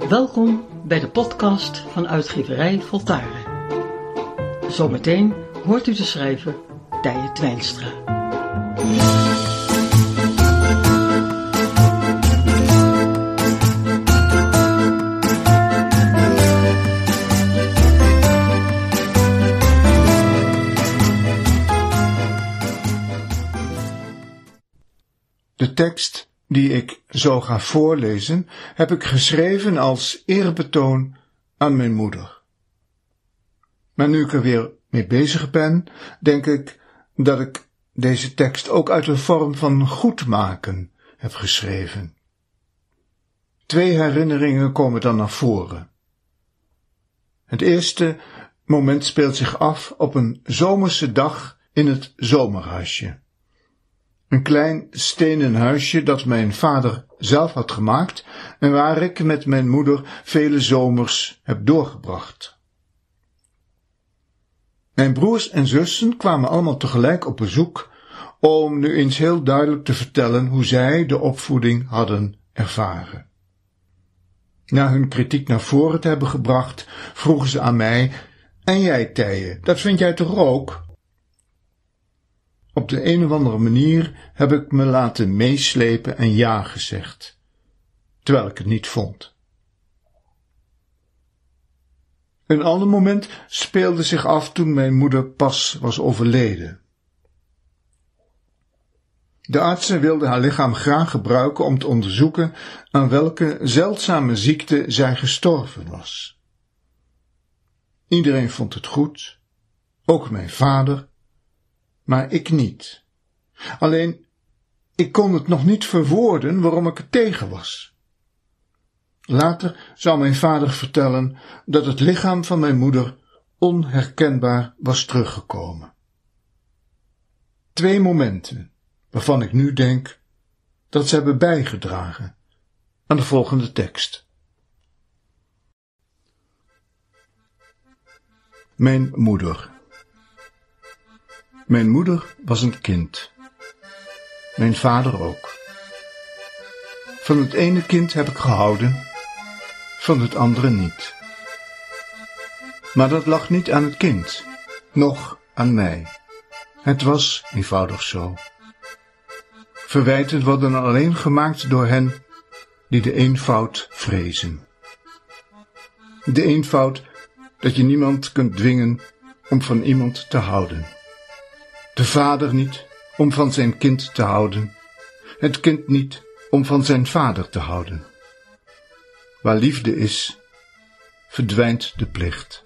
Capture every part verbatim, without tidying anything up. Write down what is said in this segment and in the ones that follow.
Welkom bij de podcast van uitgeverij Voltaren. Zometeen hoort u de schrijver Tije Twijnstra. De tekst die ik zo ga voorlezen, heb ik geschreven als eerbetoon aan mijn moeder. Maar nu ik er weer mee bezig ben, denk ik dat ik deze tekst ook uit een vorm van goedmaken heb geschreven. Twee herinneringen komen dan naar voren. Het eerste moment speelt zich af op een zomerse dag in het zomerhuisje. Een klein stenen huisje dat mijn vader zelf had gemaakt en waar ik met mijn moeder vele zomers heb doorgebracht. Mijn broers en zussen kwamen allemaal tegelijk op bezoek om nu eens heel duidelijk te vertellen hoe zij de opvoeding hadden ervaren. Na hun kritiek naar voren te hebben gebracht, vroegen ze aan mij: "En jij, Tije, dat vind jij toch ook?" Op de een of andere manier heb ik me laten meeslepen en ja gezegd, terwijl ik het niet vond. Een ander moment speelde zich af toen mijn moeder pas was overleden. De artsen wilden haar lichaam graag gebruiken om te onderzoeken aan welke zeldzame ziekte zij gestorven was. Iedereen vond het goed, ook mijn vader, maar ik niet. Alleen, ik kon het nog niet verwoorden waarom ik er tegen was. Later zou mijn vader vertellen dat het lichaam van mijn moeder onherkenbaar was teruggekomen. Twee momenten waarvan ik nu denk dat ze hebben bijgedragen aan de volgende tekst. Mijn moeder. Mijn moeder was een kind. Mijn vader ook. Van het ene kind heb ik gehouden, van het andere niet. Maar dat lag niet aan het kind, noch aan mij. Het was eenvoudig zo. Verwijten worden alleen gemaakt door hen die de eenvoud vrezen. De eenvoud dat je niemand kunt dwingen om van iemand te houden. De vader niet om van zijn kind te houden, het kind niet om van zijn vader te houden. Waar liefde is, verdwijnt de plicht.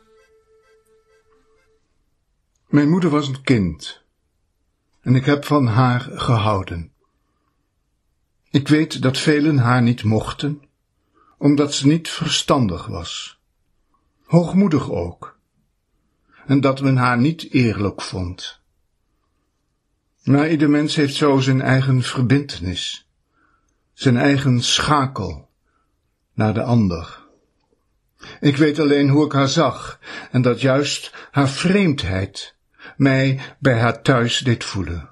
Mijn moeder was een kind en ik heb van haar gehouden. Ik weet dat velen haar niet mochten, omdat ze niet verstandig was, hoogmoedig ook, en dat men haar niet eerlijk vond. Maar ieder mens heeft zo zijn eigen verbintenis, zijn eigen schakel naar de ander. Ik weet alleen hoe ik haar zag en dat juist haar vreemdheid mij bij haar thuis deed voelen.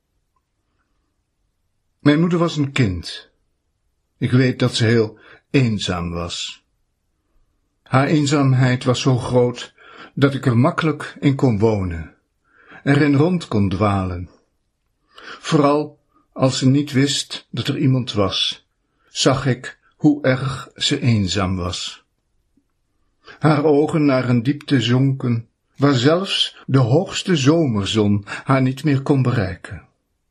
Mijn moeder was een kind. Ik weet dat ze heel eenzaam was. Haar eenzaamheid was zo groot dat ik er makkelijk in kon wonen, erin rond kon dwalen. Vooral als ze niet wist dat er iemand was, zag ik hoe erg ze eenzaam was. Haar ogen naar een diepte zonken, waar zelfs de hoogste zomerzon haar niet meer kon bereiken.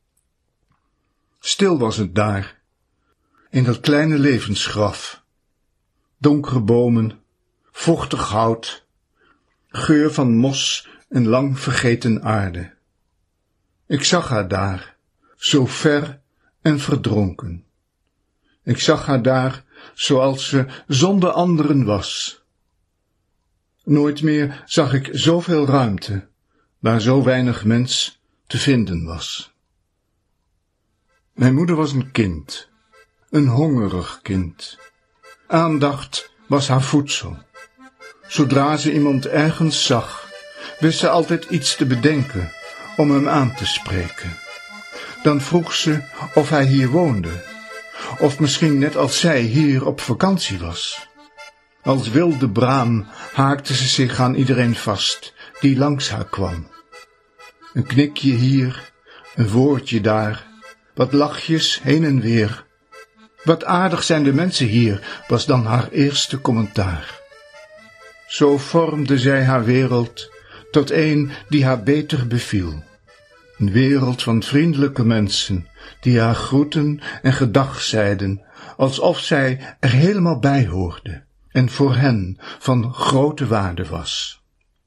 Stil was het daar, in dat kleine levensgraf. Donkere bomen, vochtig hout, geur van mos en lang vergeten aarde. Ik zag haar daar, zo ver en verdronken. Ik zag haar daar, zoals ze zonder anderen was. Nooit meer zag ik zoveel ruimte, waar zo weinig mens te vinden was. Mijn moeder was een kind, een hongerig kind. Aandacht was haar voedsel. Zodra ze iemand ergens zag, wist ze altijd iets te bedenken om hem aan te spreken. Dan vroeg ze of hij hier woonde, of misschien net als zij hier op vakantie was. Als wilde braam haakte ze zich aan iedereen vast die langs haar kwam. Een knikje hier, een woordje daar, wat lachjes heen en weer. Wat aardig zijn de mensen hier, was dan haar eerste commentaar. Zo vormde zij haar wereld tot een die haar beter beviel. Een wereld van vriendelijke mensen, die haar groeten en gedag zeiden, alsof zij er helemaal bij hoorde en voor hen van grote waarde was.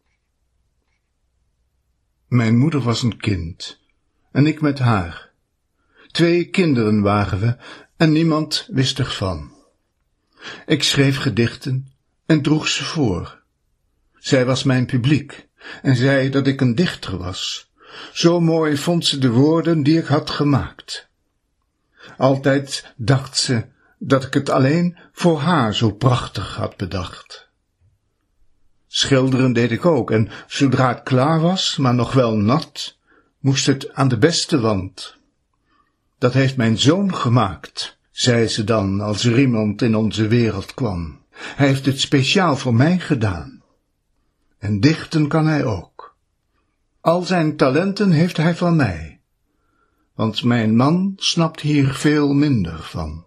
Mijn moeder was een kind, en ik met haar. Twee kinderen waren we, en niemand wist ervan. Ik schreef gedichten en droeg ze voor. Zij was mijn publiek, en zei dat ik een dichter was. Zo mooi vond ze de woorden die ik had gemaakt. Altijd dacht ze dat ik het alleen voor haar zo prachtig had bedacht. Schilderen deed ik ook, en zodra het klaar was, maar nog wel nat, moest het aan de beste wand. Dat heeft mijn zoon gemaakt, zei ze dan, als er iemand in onze wereld kwam. Hij heeft het speciaal voor mij gedaan. En dichten kan hij ook. Al zijn talenten heeft hij van mij, want mijn man snapt hier veel minder van.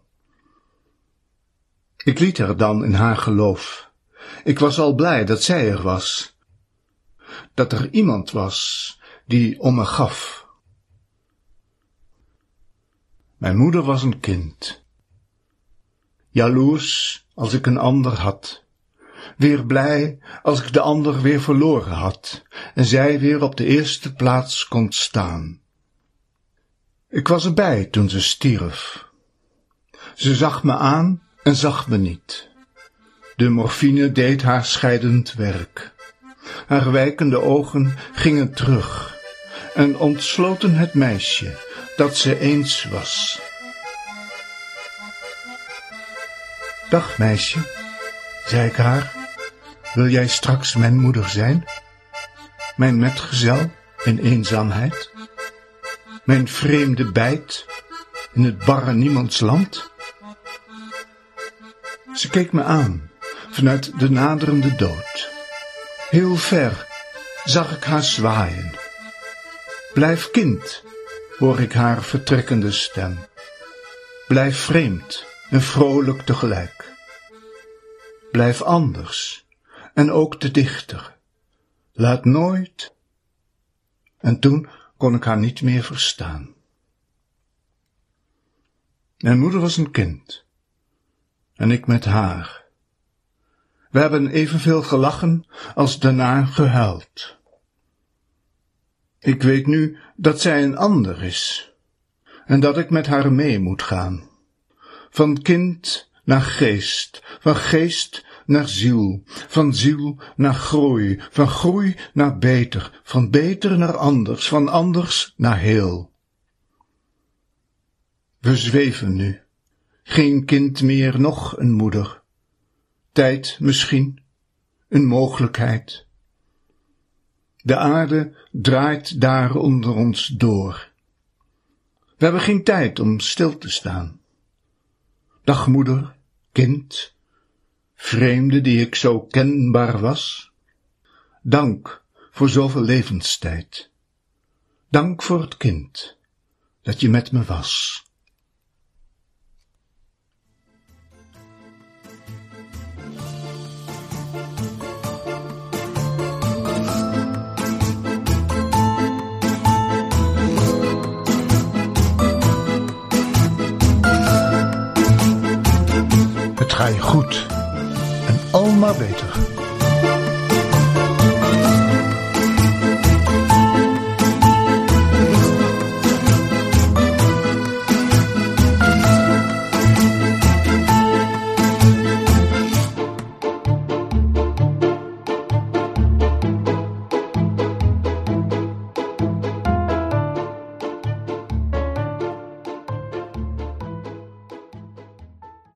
Ik liet haar dan in haar geloof. Ik was al blij dat zij er was, dat er iemand was die om me gaf. Mijn moeder was een kind, jaloers als ik een ander had, weer blij als ik de ander weer verloren had en zij weer op de eerste plaats kon staan. Ik was erbij toen ze stierf. Ze zag me aan en zag me niet. De morfine deed haar scheidend werk. Haar wijkende ogen gingen terug en ontsloten het meisje dat ze eens was. Dag meisje, zei ik haar, wil jij straks mijn moeder zijn? Mijn metgezel in eenzaamheid? Mijn vreemde bijt in het barre niemandsland? Ze keek me aan vanuit de naderende dood. Heel ver zag ik haar zwaaien. Blijf kind, hoor ik haar vertrekkende stem. Blijf vreemd en vrolijk tegelijk. Blijf anders en ook de dichter. Laat nooit. En toen kon ik haar niet meer verstaan. Mijn moeder was een kind en ik met haar. We hebben evenveel gelachen als daarna gehuild. Ik weet nu dat zij een ander is en dat ik met haar mee moet gaan. Van kind naar geest, van geest naar ziel, van ziel naar groei, van groei naar beter, van beter naar anders, van anders naar heel. We zweven nu, geen kind meer, nog een moeder. Tijd misschien, een mogelijkheid. De aarde draait daar onder ons door. We hebben geen tijd om stil te staan. Dag moeder, kind, vreemde die ik zo kenbaar was. Dank voor zoveel levenstijd. Dank voor het kind dat je met me was. Het ga je goed en al maar beter.